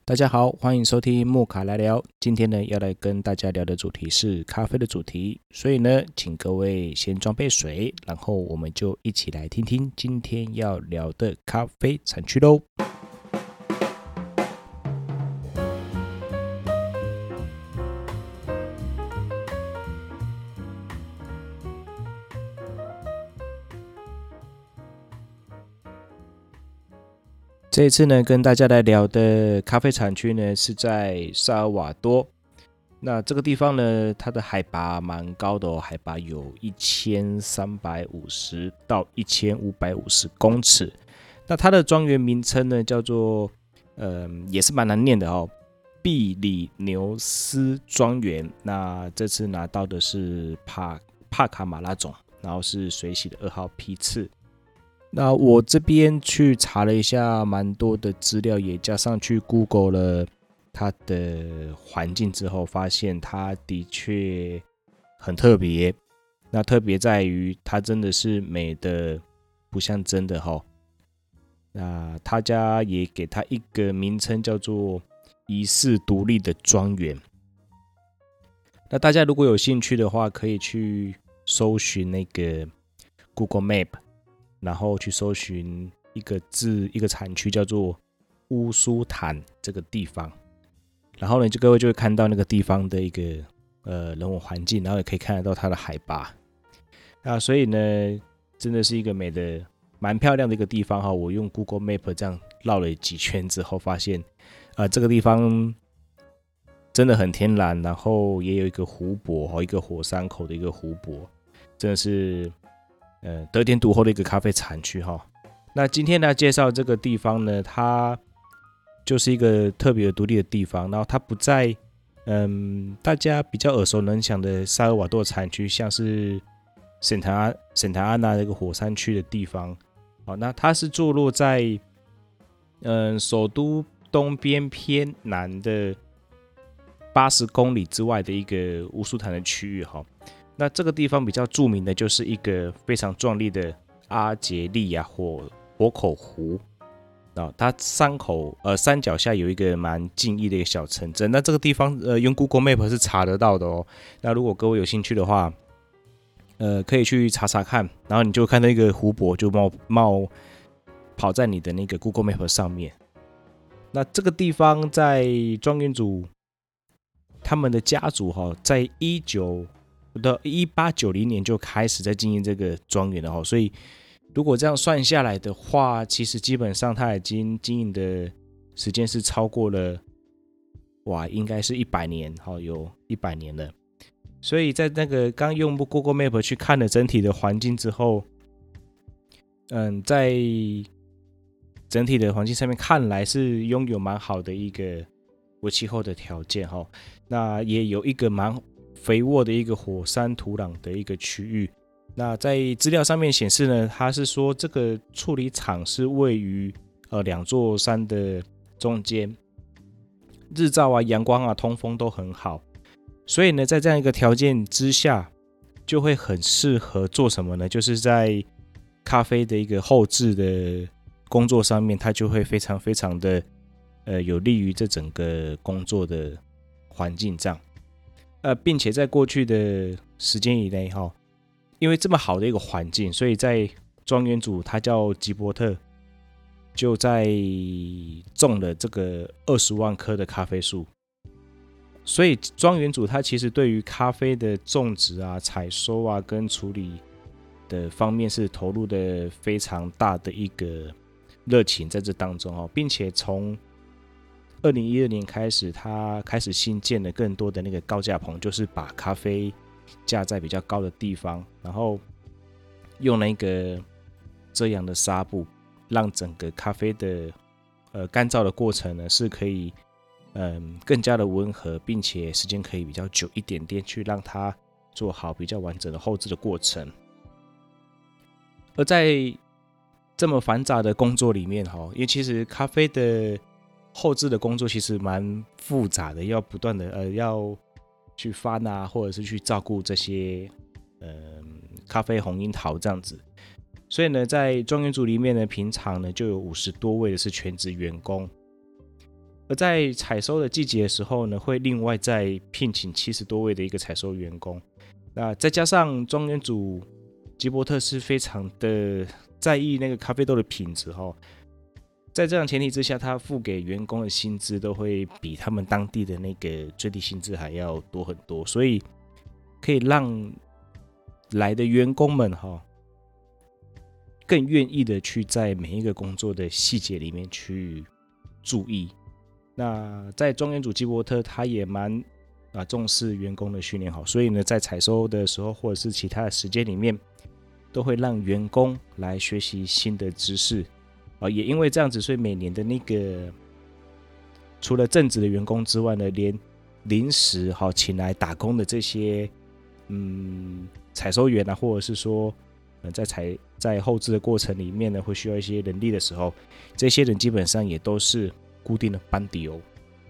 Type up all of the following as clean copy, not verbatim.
大家好，欢迎收听木卡来聊。今天呢，要来跟大家聊的主题是咖啡的主题，所以呢，请各位先装杯水，然后我们就一起来听听今天要聊的咖啡产区喽。这一次呢，跟大家来聊的咖啡产区呢，是在萨尔瓦多。那这个地方呢，它的海拔蛮高的哦，海拔有1350到1550公尺。那它的庄园名称呢，叫做也是蛮难念的哦，毕里牛斯庄园。那这次拿到的是帕卡马拉种，然后是水洗的2号批次。那我这边去查了一下蛮多的资料，也加上去 Google 了它的环境之后，发现它的确很特别。那特别在于它真的是美的不像真的齁。那他家也给它一个名称叫做遗世独立的庄园。那大家如果有兴趣的话，可以去搜寻那个 Google Map，然后去搜寻一个产区叫做乌苏坦这个地方，然后呢，各位就会看到那个地方的一个人文环境，然后也可以看得到它的海拔。那所以呢，真的是一个美的蛮漂亮的一个地方哈。我用 Google Map 这样绕了几圈之后，发现这个地方真的很天然，然后也有一个湖泊，一个火山口的一个湖泊，真的是得天独厚的一个咖啡产区哈。那今天来介绍这个地方呢，它就是一个特别独立的地方，然后它不在大家比较耳熟能详的萨尔瓦多产区，像是圣塔安娜这个火山区的地方。好，那它是坐落在首都东边偏南的80公里之外的一个乌苏坦的区域哈。那这个地方比较著名的就是一个非常壮丽的阿杰利亚火口湖。它山脚下有一个蛮静谧的一个小城镇。那这个地方用 Google Map 是查得到的哦。那如果各位有兴趣的话，可以去查查看，然后你就看到一个湖泊就跑在你的那个 Google Map 上面。那这个地方在庄园主他们的家族在1890年就开始在经营这个庄园了，所以如果这样算下来的话，其实基本上他已经经营的时间是超过了应该是100年，有100年了。所以在那个刚用 Google Map 去看了整体的环境之后，在整体的环境上面看来是拥有蛮好的一个微气候的条件哈。那也有一个蛮肥沃的一个火山土壤的一个区域。那在资料上面显示呢，它是说这个处理厂是位于2座山的中间，日照啊、阳光啊、通风都很好。所以呢，在这样一个条件之下，就会很适合做什么呢？就是在咖啡的一个后制的工作上面，它就会非常非常的有利于这整个工作的环境这样。并且在过去的时间以内因为这么好的一个环境，所以在庄园主他叫吉伯特，就在种了这个20万棵的咖啡树。所以庄园主他其实对于咖啡的种植啊、采收啊跟处理的方面是投入的非常大的一个热情在这当中并且从2012年开始，他开始新建了更多的那个高架棚，就是把咖啡架在比较高的地方，然后用那个遮阳的纱布，让整个咖啡的干燥的过程呢是可以更加的温和，并且时间可以比较久一点点，去让它做好比较完整的后置的过程。而在这么繁杂的工作里面因为其实咖啡的后置的工作其实蛮复杂的，要不断的要去翻啊，或者是去照顾这些咖啡红樱桃这样子。所以呢，在庄园组里面呢，平常呢就有50多位的是全职员工。 而在采收的季节的时候呢，会另外再聘请70多位的一个采收员工。那再加上庄园主吉伯特是非常的在意那个咖啡豆的品质哈，在这样前提之下，他付给员工的薪资都会比他们当地的那个最低薪资还要多很多，所以可以让来的员工们哈更愿意的去在每一个工作的细节里面去注意。那在庄园主吉伯特，他也蛮重视员工的训练好，所以呢，在采收的时候或者是其他的时间里面，都会让员工来学习新的知识也因为这样子，所以每年的那个除了正职的员工之外呢，连临时请来打工的这些采收员或者是说在后置的过程里面呢，会需要一些人力的时候，这些人基本上也都是固定的班底哦。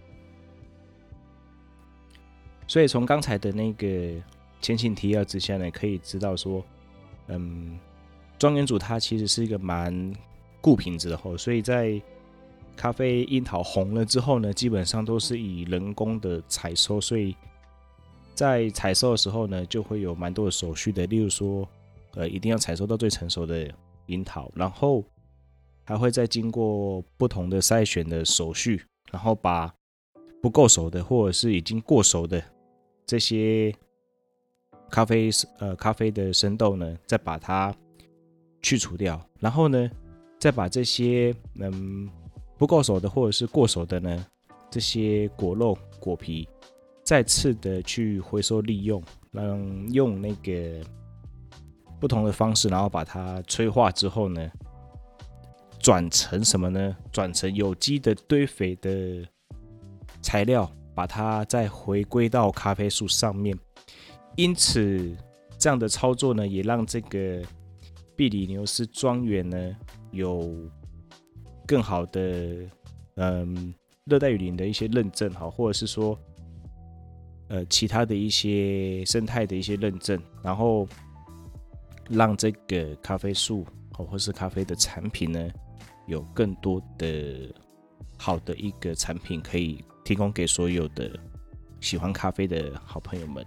所以从刚才的那个前情提要之下呢，可以知道说，庄园主他其实是一个蛮顾品质的所以在咖啡樱桃红了之后呢，基本上都是以人工的采收，所以在采收的时候呢，就会有蛮多的手续的，例如说，一定要采收到最成熟的樱桃，然后还会再经过不同的筛选的手续，然后把不够熟的或者是已经过熟的这些咖啡的生豆呢，再把它去除掉，然后呢，再把这些不够熟的或者是过熟的呢，这些果肉果皮再次的去回收利用，用那个不同的方式，然后把它催化之后呢，转成什么呢？转成有机的堆肥的材料，把它再回归到咖啡树上面。因此，这样的操作呢，也让这个比里牛斯庄园呢有更好的热带雨林的一些认证或者是说其他的一些生态的一些认证，然后让这个咖啡树或是咖啡的产品呢，有更多的好的一个产品可以提供给所有的喜欢咖啡的好朋友们。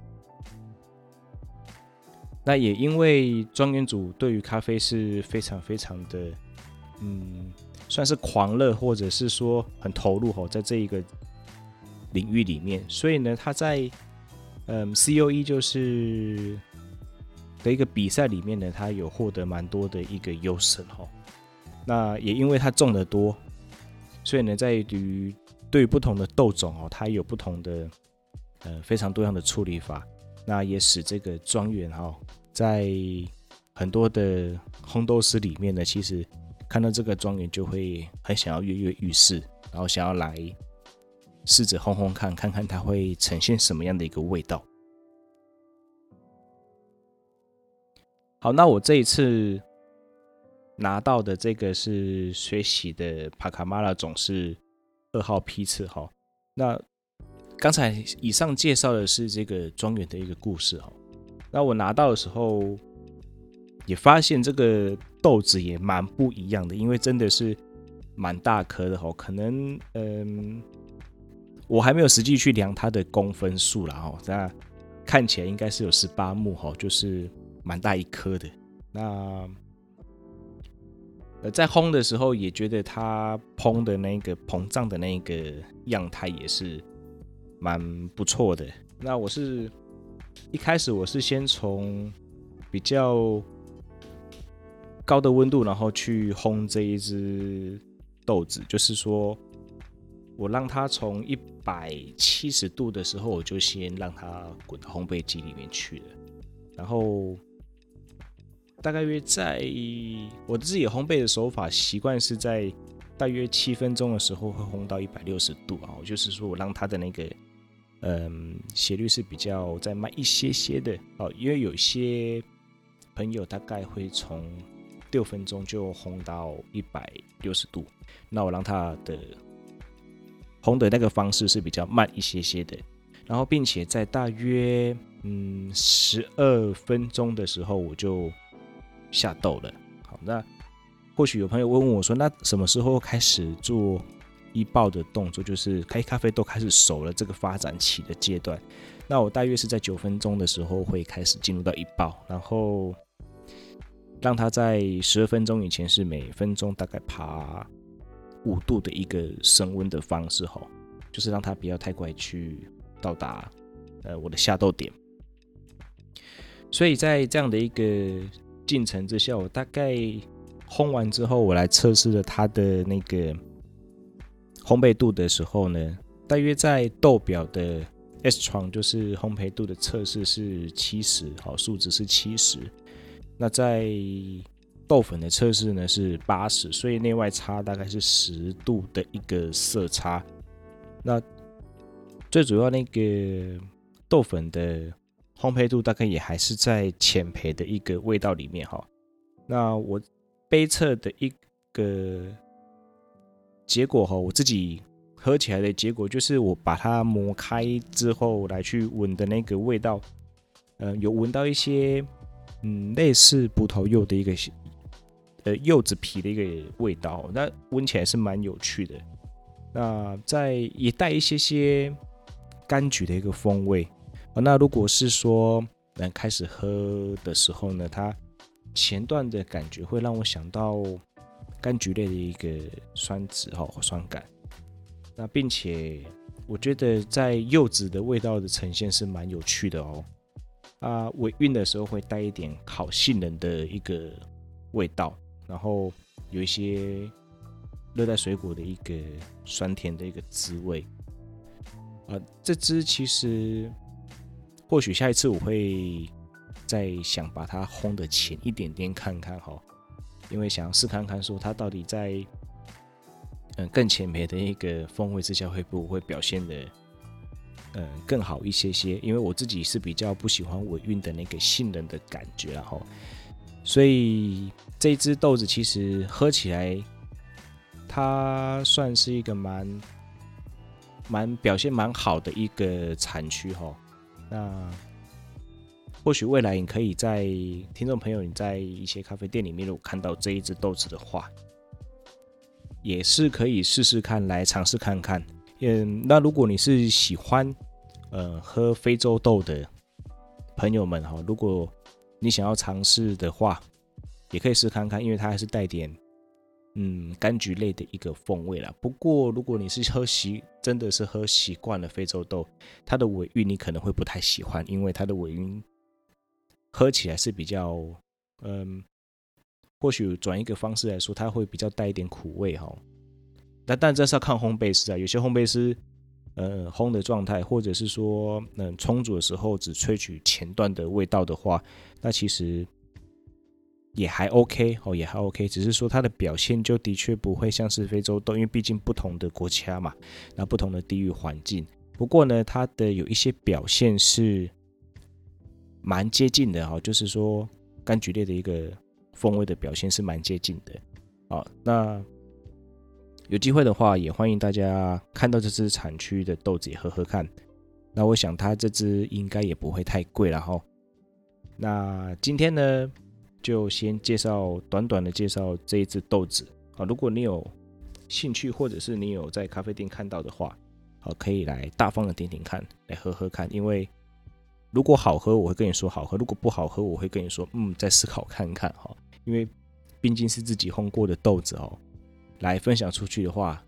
那也因为庄园主对于咖啡是非常非常的算是狂热，或者是说很投入在这一个领域里面，所以呢，他在COE 就是的一个比赛里面呢，他有获得蛮多的一个优胜那也因为他种得多，所以呢，在于对于不同的豆种它有不同的非常多样的处理法，那也使这个庄园在很多的烘豆师里面呢，其实看到这个庄园就会很想要跃跃欲试，然后想要来试着烘烘看看它会呈现什么样的一个味道。好，那我这一次拿到的这个是水洗的帕卡马拉种是2号批次那刚才以上介绍的是这个庄园的一个故事那我拿到的时候也发现这个豆子也蛮不一样的，因为真的是蛮大颗的可能我还没有实际去量它的公分数啦那看起来应该是有18目就是蛮大一颗的。那在烘的时候也觉得它膨的那个膨胀的那个样态也是蛮不错的。那一开始我是先从比较高的温度，然后去烘这一只豆子，就是说我让它从170度的时候，我就先让它滚到烘焙机里面去了，然后大概约在我自己烘焙的手法习惯是在大约7分钟的时候会烘到160度就是说我让它的那个斜率是比较再慢一些些的因为有些朋友大概会从6分钟就烘到160度，那我让它的烘的那个方式是比较慢一些些的，然后并且在大约12分钟的时候我就下豆了。好，那或许有朋友问我说，那什么时候开始做一爆的动作，就是咖啡豆开始熟了这个发展期的阶段。那我大约是在9分钟的时候会开始进入到一爆，然后让它在12分钟以前是每分钟大概爬5度的一个升温的方式，就是让它不要太快去到达我的下豆点。所以在这样的一个进程之下，我大概烘完之后，我来测试了它的那个烘焙度的时候呢，大约在豆表的 S-Tron 就是烘焙度的测试是70，数值是70。那在豆粉的测试呢是80，所以内外差大概是10度的一个色差。那最主要那个豆粉的烘焙度大概也还是在浅焙的一个味道里面哈。那我杯测的一个结果哈，我自己喝起来的结果就是我把它磨开之后来去闻的那个味道，有闻到一些类似葡萄柚的一个柚子皮的一个味道，那闻起来是蛮有趣的。那也带一些柑橘的一个风味。那如果是说开始喝的时候呢，它前段的感觉会让我想到柑橘类的一个酸质酸感。那并且我觉得在柚子的味道的呈现是蛮有趣的哦。尾韵的时候会带一点烤杏仁的一个味道，然后有一些热带水果的一个酸甜的一个滋味。这支其实或许下一次我会再想把它烘的浅一点点看看因为想要试看看说它到底在更浅焙的一个风味之下会不会表现的更好一些，因为我自己是比较不喜欢尾韵的那个杏仁的感觉啦所以这一支豆子其实喝起来它算是一个表现蛮好的一个产区那或许未来你可以在听众朋友你在一些咖啡店里面如果看到这一支豆子的话，也是可以试试看来尝试看看。那如果你是喜欢喝非洲豆的朋友们如果你想要尝试的话，也可以试看看，因为它还是带点柑橘类的一个风味啦。不过如果你是真的是喝习惯了非洲豆，它的尾韵你可能会不太喜欢，因为它的尾韵喝起来是比较或许转一个方式来说，它会比较带一点苦味但这是要看烘焙师有些烘焙师烘的状态，或者是说冲煮的时候只萃取前段的味道的话，那其实也还 OK 也还 OK， 只是说它的表现就的确不会像是非洲豆，因为毕竟不同的国家嘛，那不同的地域环境。不过呢，它的有一些表现是蛮接近的就是说柑橘类的一个风味的表现是蛮接近的那有机会的话，也欢迎大家看到这支产区的豆子也喝喝看。那我想它这支应该也不会太贵啦那今天呢，就先短短的介绍这一支豆子如果你有兴趣，或者是你有在咖啡店看到的话可以来大方的点点看，来喝喝看。因为如果好喝，我会跟你说好喝；如果不好喝，我会跟你说再思考看看因为毕竟是自己烘过的豆子来分享出去的话，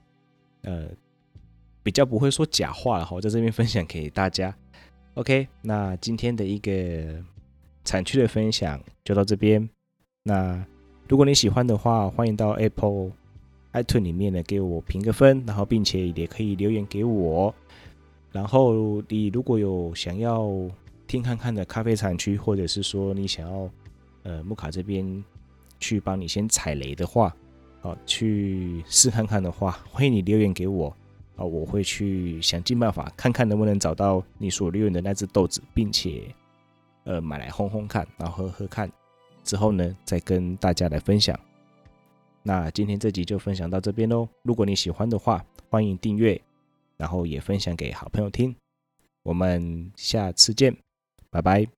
比较不会说假话了在这边分享给大家。OK， 那今天的一个产区的分享就到这边。那如果你喜欢的话，欢迎到 Apple iTunes 里面呢给我评个分，然后并且也可以留言给我。然后你如果有想要听看看的咖啡产区，或者是说你想要木卡这边去帮你先踩雷的话去试看看的话，欢迎你留言给我我会去想尽办法看看能不能找到你所留言的那只豆子，并且买来烘烘看，然后喝喝看，之后呢再跟大家来分享。那今天这集就分享到这边咯，如果你喜欢的话，欢迎订阅，然后也分享给好朋友听。我们下次见，拜拜。